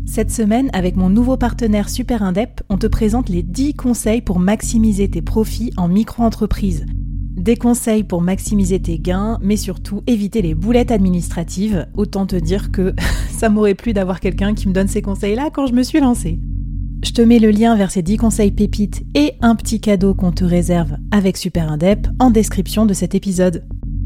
Cette semaine, avec mon nouveau partenaire Super Indep, on te présente les 10 conseils pour maximiser tes profits en micro-entreprise. Des conseils pour maximiser tes gains, mais surtout éviter les boulettes administratives. Autant te dire que ça m'aurait plu d'avoir quelqu'un qui me donne ces conseils-là quand je me suis lancée. Je te mets le lien vers ces 10 conseils pépites et un petit cadeau qu'on te réserve avec Super Indep en description de cet épisode.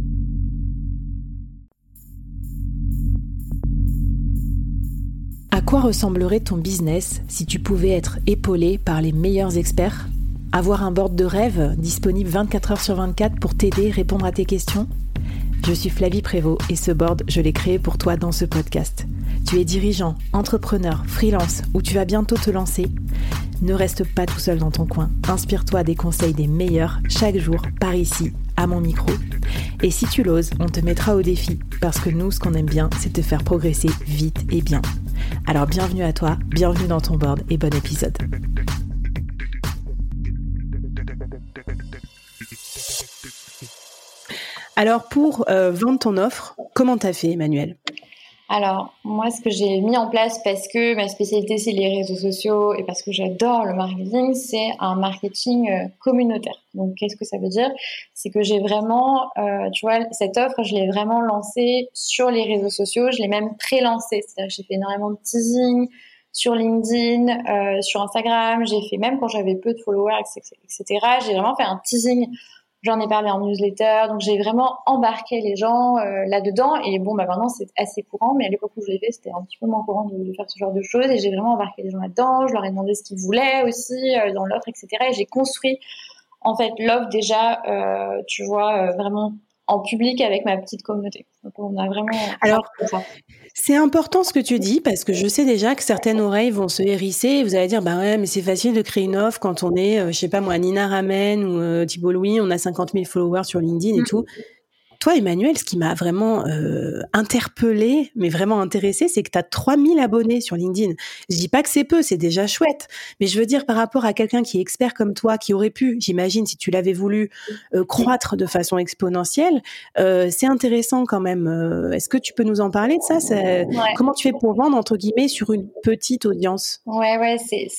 À quoi ressemblerait ton business si tu pouvais être épaulé par les meilleurs experts ? Avoir un board de rêve disponible 24 heures sur 24 pour t'aider, répondre à tes questions ? Je suis Flavie Prévost et ce board, je l'ai créé pour toi dans ce podcast. Tu es dirigeant, entrepreneur, freelance ou tu vas bientôt te lancer ? Ne reste pas tout seul dans ton coin. Inspire-toi des conseils des meilleurs chaque jour par ici, à mon micro. Et si tu l'oses, on te mettra au défi parce que nous, ce qu'on aime bien, c'est te faire progresser vite et bien. Alors bienvenue à toi, bienvenue dans ton board et bon épisode. Alors pour vendre ton offre, comment t'as fait, Emmanuelle ? Alors, moi, ce que j'ai mis en place, parce que ma spécialité, c'est les réseaux sociaux et parce que j'adore le marketing, c'est un marketing communautaire. Donc, qu'est-ce que ça veut dire ? C'est que j'ai vraiment, tu vois, cette offre, je l'ai vraiment lancée sur les réseaux sociaux. Je l'ai même pré-lancée. C'est-à-dire que j'ai fait énormément de teasing sur LinkedIn, sur Instagram. J'ai fait, même quand j'avais peu de followers, etc. J'ai vraiment fait un teasing. J'en ai parlé en newsletter, donc j'ai vraiment embarqué les gens là-dedans. Et bon, maintenant c'est assez courant, mais à l'époque où je l'ai fait, c'était un petit peu moins courant de faire ce genre de choses. Et j'ai vraiment embarqué les gens là-dedans. Je leur ai demandé ce qu'ils voulaient aussi dans l'offre, etc. Et j'ai construit en fait l'offre déjà, tu vois, vraiment en public avec ma petite communauté. Donc on a vraiment. Alors, c'est important ce que tu dis parce que je sais déjà que certaines oreilles vont se hérisser et vous allez dire bah ouais mais c'est facile de créer une offre quand on est je sais pas moi Nina Ramen ou Thibault Louis, on a 50 000 followers sur LinkedIn et tout. Toi, Emmanuelle, ce qui m'a vraiment interpellée, mais vraiment intéressée, c'est que tu as 3000 abonnés sur LinkedIn. Je dis pas que c'est peu, c'est déjà chouette. Mais je veux dire, par rapport à quelqu'un qui est expert comme toi, qui aurait pu, j'imagine, si tu l'avais voulu, croître de façon exponentielle, c'est intéressant quand même. Est-ce que tu peux nous en parler de ça ? Ouais. Comment tu fais pour vendre, entre guillemets, sur une petite audience ? Ouais,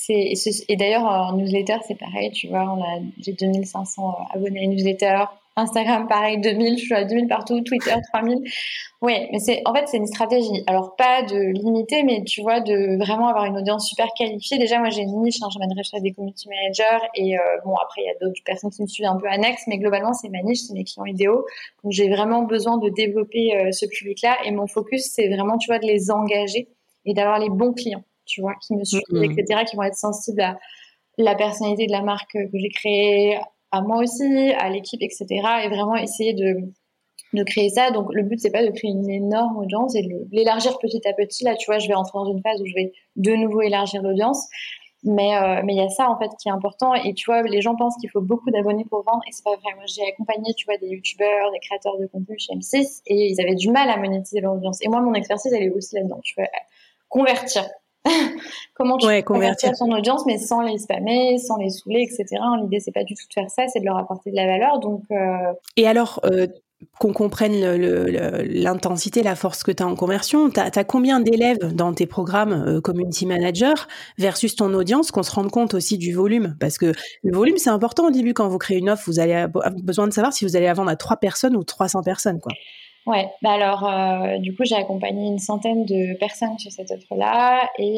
et d'ailleurs, en newsletter, c'est pareil, tu vois, j'ai 2500 abonnés à une newsletter. Instagram, pareil, 2000, je suis à 2000 partout, Twitter, 3000. Ouais, mais c'est une stratégie. Alors, pas de limiter, mais tu vois, de vraiment avoir une audience super qualifiée. Déjà, moi, j'ai une niche, je m'adresse à des community managers et bon, après, il y a d'autres personnes qui me suivent un peu annexes, mais globalement, c'est ma niche, c'est mes clients idéaux. Donc, j'ai vraiment besoin de développer ce public-là et mon focus, c'est vraiment, tu vois, de les engager et d'avoir les bons clients, tu vois, qui me suivent, etc., qui vont être sensibles à la personnalité de la marque que j'ai créée, à moi aussi, à l'équipe, etc. Et vraiment essayer de créer ça. Donc, le but, c'est pas de créer une énorme audience, c'est de l'élargir petit à petit. Là, tu vois, je vais entrer dans une phase où je vais de nouveau élargir l'audience. Mais il y a ça, en fait, qui est important. Et tu vois, les gens pensent qu'il faut beaucoup d'abonnés pour vendre. Et c'est pas vrai. Moi, j'ai accompagné, tu vois, des youtubeurs, des créateurs de contenu chez M6 et ils avaient du mal à monétiser leur audience. Et moi, mon expertise, elle est aussi là-dedans. Tu vois, convertir. Comment tu peux convertir ton audience, mais sans les spammer, sans les saouler, etc. L'idée, c'est pas du tout de faire ça, c'est de leur apporter de la valeur. Donc, Et alors, qu'on comprenne l'intensité, la force que tu as en conversion, tu as combien d'élèves dans tes programmes community manager versus ton audience, qu'on se rende compte aussi du volume ? Parce que le volume, c'est important au début quand vous créez une offre, vous allez avoir besoin de savoir si vous allez la vendre à 3 personnes ou 300 personnes, quoi. Ouais, alors du coup j'ai accompagné une centaine de personnes sur cette offre-là et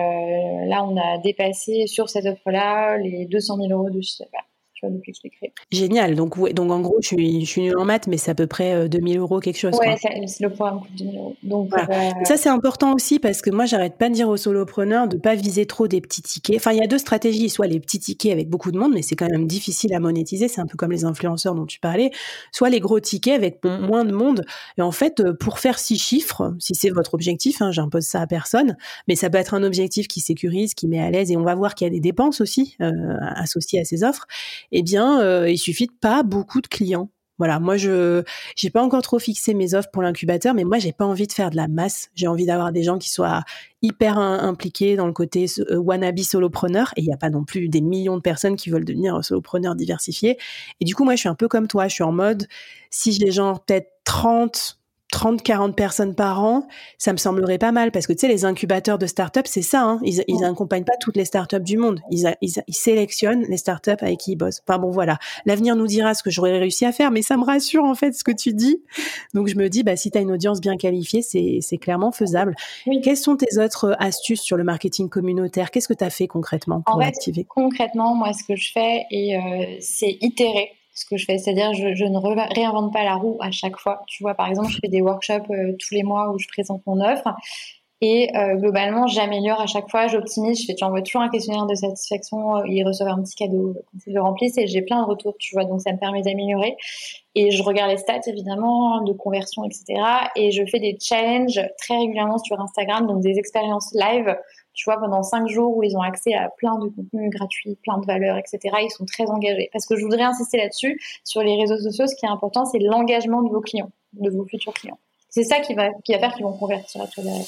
là on a dépassé sur cette offre-là les 200 000 € de chiffre d'affaires, tu vois, depuis que je l'ai créé. Génial, donc en gros je suis nulle en maths, mais c'est à peu près 2 000 € quelque chose. Ouais, quoi. c'est le programme coûte 2 000 €. Donc Voilà. Et ça c'est important aussi parce que moi j'arrête pas de dire aux solopreneurs de pas viser trop des petits tickets. Enfin il y a deux stratégies, soit les petits tickets avec beaucoup de monde, mais c'est quand même difficile à monétiser, c'est un peu comme les influenceurs dont tu parlais, soit les gros tickets avec moins de monde. Et en fait pour faire 6 chiffres, si c'est votre objectif, j'impose ça à personne, mais ça peut être un objectif qui sécurise, qui met à l'aise, et on va voir qu'il y a des dépenses aussi associées à ces offres. Eh bien il suffit de pas beaucoup de clients. Voilà, moi j'ai pas encore trop fixé mes offres pour l'incubateur, mais moi j'ai pas envie de faire de la masse. J'ai envie d'avoir des gens qui soient hyper impliqués dans le côté wannabe solopreneur, et il y a pas non plus des millions de personnes qui veulent devenir solopreneurs diversifiés. Et du coup moi je suis un peu comme toi, je suis en mode si j'ai genre peut-être 30 30-40 personnes par an, ça me semblerait pas mal parce que tu sais, les incubateurs de startups, c'est ça, hein, ils accompagnent pas toutes les startups du monde. Ils sélectionnent les startups avec qui ils bossent. Enfin bon, voilà. L'avenir nous dira ce que j'aurais réussi à faire, mais ça me rassure en fait ce que tu dis. Donc je me dis, si tu as une audience bien qualifiée, c'est clairement faisable. Oui. Quelles sont tes autres astuces sur le marketing communautaire? Qu'est-ce que tu as fait concrètement pour l'activer? Concrètement, moi, ce que je fais, c'est itérer ce que je fais. C'est-à-dire, je ne réinvente pas la roue à chaque fois. Tu vois, par exemple, je fais des workshops tous les mois où je présente mon offre. Et globalement, j'améliore à chaque fois, j'optimise. J'envoie toujours un questionnaire de satisfaction. Ils reçoivent un petit cadeau quand ils le remplissent et j'ai plein de retours, tu vois. Donc, ça me permet d'améliorer. Et je regarde les stats, évidemment, de conversion, etc. Et je fais des challenges très régulièrement sur Instagram, donc des expériences live, tu vois, pendant 5 jours où ils ont accès à plein de contenus gratuits, plein de valeurs, etc. Ils sont très engagés. Parce que je voudrais insister là-dessus, sur les réseaux sociaux, ce qui est important, c'est l'engagement de vos clients, de vos futurs clients. C'est ça qui va faire qu'ils vont convertir après derrière.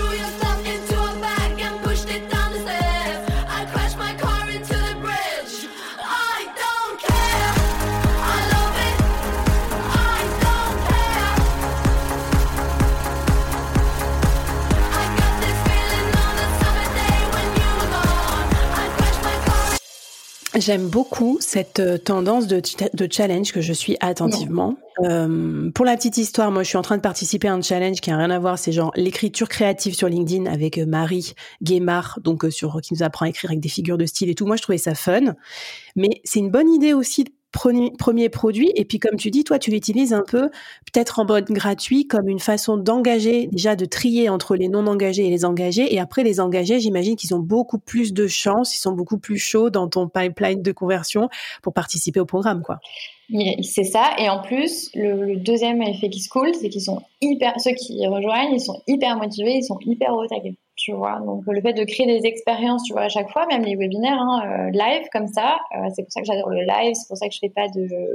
J'aime beaucoup cette tendance de challenge que je suis attentivement. Pour la petite histoire, moi, je suis en train de participer à un challenge qui a rien à voir. C'est genre l'écriture créative sur LinkedIn avec Marie Guémard, donc qui nous apprend à écrire avec des figures de style et tout. Moi, je trouvais ça fun. Mais c'est une bonne idée aussi de premier produit. Et puis, comme tu dis, toi, tu l'utilises un peu, peut-être en mode gratuit, comme une façon d'engager, déjà de trier entre les non engagés et les engagés. Et après, les engagés, j'imagine qu'ils ont beaucoup plus de chance, ils sont beaucoup plus chauds dans ton pipeline de conversion pour participer au programme, quoi. C'est ça. Et en plus, le deuxième effet qui se coule, c'est qu'ils sont ceux qui rejoignent, ils sont hyper motivés, ils sont hyper au taquet. Tu vois, donc le fait de créer des expériences, tu vois, à chaque fois, même les webinaires live comme ça, c'est pour ça que j'adore le live, c'est pour ça que je fais pas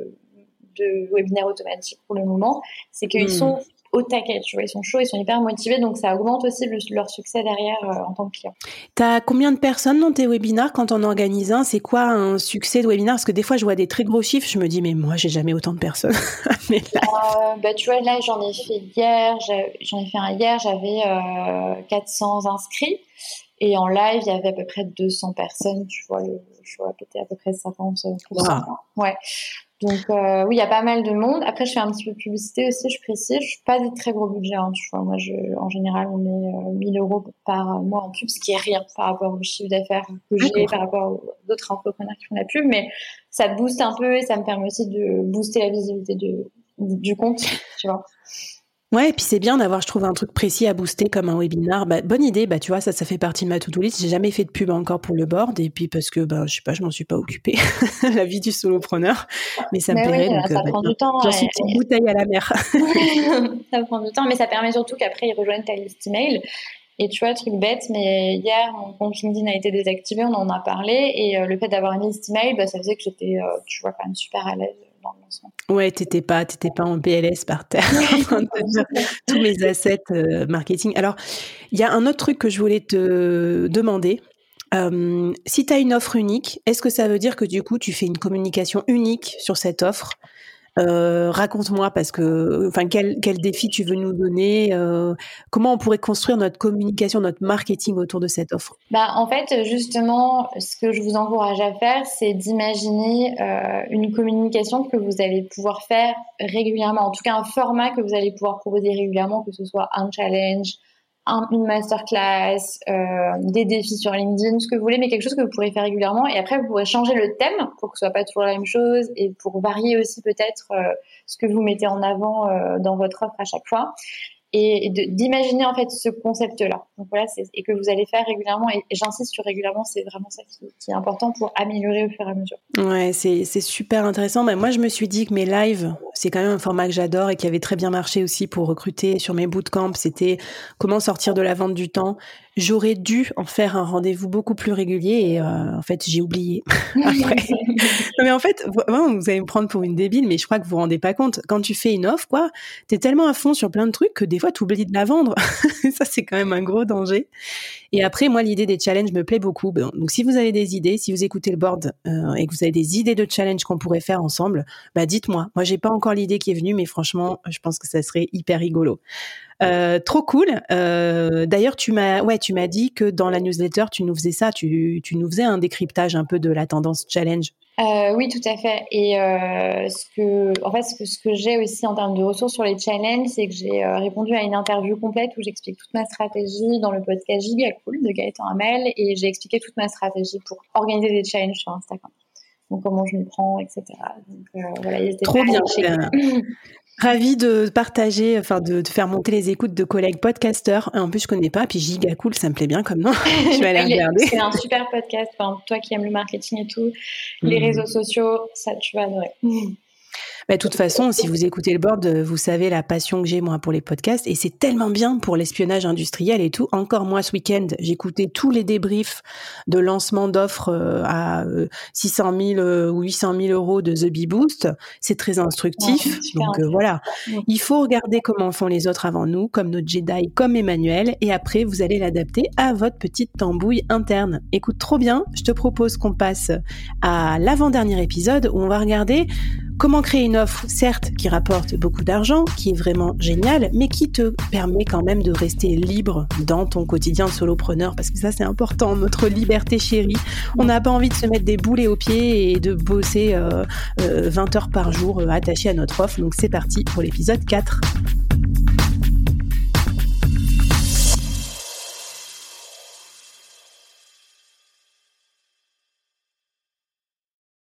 de webinaire automatique pour le moment, c'est qu'ils sont au taquet, tu vois, ils sont chauds, ils sont hyper motivés, donc ça augmente aussi leur succès derrière en tant que client. T'as combien de personnes dans tes webinaires quand on organise un? C'est quoi un succès de webinaire? Parce que des fois, je vois des très gros chiffres, je me dis, mais moi, j'ai jamais autant de personnes. Mais tu vois, là, j'en ai fait un hier, j'avais 400 inscrits. Et en live, il y avait à peu près 200 personnes, tu vois, je vois peut-être à peu près 50%. Wow. Ouais. Donc, oui, il y a pas mal de monde. Après, je fais un petit peu de publicité aussi, je précise. Je suis pas des très gros budgets, hein, tu vois. Moi, en général, on met 1 000 € par mois en pub, ce qui est rien par rapport au chiffre d'affaires que j'ai, par rapport aux d'autres entrepreneurs qui font la pub. Mais ça booste un peu et ça me permet aussi de booster la visibilité du compte, tu vois. Ouais, et puis c'est bien d'avoir, je trouve, un truc précis à booster comme un webinar. Bonne idée, tu vois, ça fait partie de ma to-do list. J'ai jamais fait de pub encore pour le board, et puis parce que, je sais pas, je m'en suis pas occupée. La vie du solopreneur, mais ça me plairait. Oui, ça prend du temps. J'en suis une petite bouteille à la mer. Ça prend du temps, mais ça permet surtout qu'après, ils rejoignent ta liste email. Et tu vois, truc bête, mais hier, mon compte LinkedIn a été désactivé, on en a parlé, et le fait d'avoir une liste email, ça faisait que j'étais, tu vois, quand même super à l'aise. Ouais, t'étais pas en PLS par terre en train de te dire tous mes assets marketing. Alors, il y a un autre truc que je voulais te demander. Si tu as une offre unique, est-ce que ça veut dire que du coup, tu fais une communication unique sur cette offre? Raconte-moi, parce que, quel défi tu veux nous donner? Comment on pourrait construire notre communication, notre marketing autour de cette offre? En fait, justement, ce que je vous encourage à faire, c'est d'imaginer une communication que vous allez pouvoir faire régulièrement. En tout cas, un format que vous allez pouvoir proposer régulièrement, que ce soit un challenge, une masterclass, des défis sur LinkedIn, ce que vous voulez, mais quelque chose que vous pourrez faire régulièrement. Et après, vous pourrez changer le thème pour que ce soit pas toujours la même chose et pour varier aussi peut-être ce que vous mettez en avant dans votre offre à chaque fois. Et d'imaginer en fait ce concept-là. Donc voilà, et que vous allez faire régulièrement. Et j'insiste sur régulièrement, c'est vraiment ça qui est important pour améliorer au fur et à mesure. Ouais, c'est super intéressant. Moi, je me suis dit que mes lives, c'est quand même un format que j'adore et qui avait très bien marché aussi pour recruter sur mes bootcamps. C'était comment sortir de la vente du temps. J'aurais dû en faire un rendez-vous beaucoup plus régulier et en fait, j'ai oublié après. Mais en fait, vous allez me prendre pour une débile, mais je crois que vous vous rendez pas compte. Quand tu fais une offre, t'es tellement à fond sur plein de trucs que des fois, tu oublies de la vendre. Ça, c'est quand même un gros danger. Et après, moi, l'idée des challenges me plaît beaucoup. Donc, si vous avez des idées, si vous écoutez le board et que vous avez des idées de challenges qu'on pourrait faire ensemble, dites-moi. Moi, j'ai pas encore l'idée qui est venue, mais franchement, je pense que ça serait hyper rigolo. Trop cool. D'ailleurs, tu m'as dit que dans la newsletter, tu nous faisais ça, tu nous faisais un décryptage un peu de la tendance challenge. Oui, tout à fait. Et ce que j'ai aussi en termes de ressources sur les challenges, c'est que j'ai répondu à une interview complète où j'explique toute ma stratégie dans le podcast Giga Cool de Gaëtan Hamel, et j'ai expliqué toute ma stratégie pour organiser des challenges sur Instagram. Donc comment je m'y prends, etc. Donc voilà, trop bien. Ravie de partager, de faire monter les écoutes de collègues podcasteurs. En plus, je connais pas. Puis Giga Cool, ça me plaît bien comme nom. Je vais aller regarder. C'est un super podcast. Enfin, toi qui aimes le marketing et tout, les réseaux sociaux, ça, tu vas adorer. De toute façon, si vous écoutez le board, vous savez la passion que j'ai moi pour les podcasts, et c'est tellement bien pour l'espionnage industriel et tout. Encore moi ce week-end, j'écoutais tous les débriefs de lancement d'offres à 600 000 ou 800 000 euros de The Bee Boost. C'est très instructif. Donc voilà, il faut regarder comment font les autres avant nous, comme notre Jedi, comme Emmanuel, et après vous allez l'adapter à votre petite tambouille interne. Écoute, trop bien. Je te propose qu'on passe à l'avant-dernier épisode où on va regarder comment créer une offre, certes, qui rapporte beaucoup d'argent, qui est vraiment géniale, mais qui te permet quand même de rester libre dans ton quotidien de solopreneur, parce que ça, c'est important, notre liberté chérie. On n'a pas envie de se mettre des boulets aux pieds et de bosser 20 heures par jour attachés à notre offre. Donc, c'est parti pour l'épisode 4.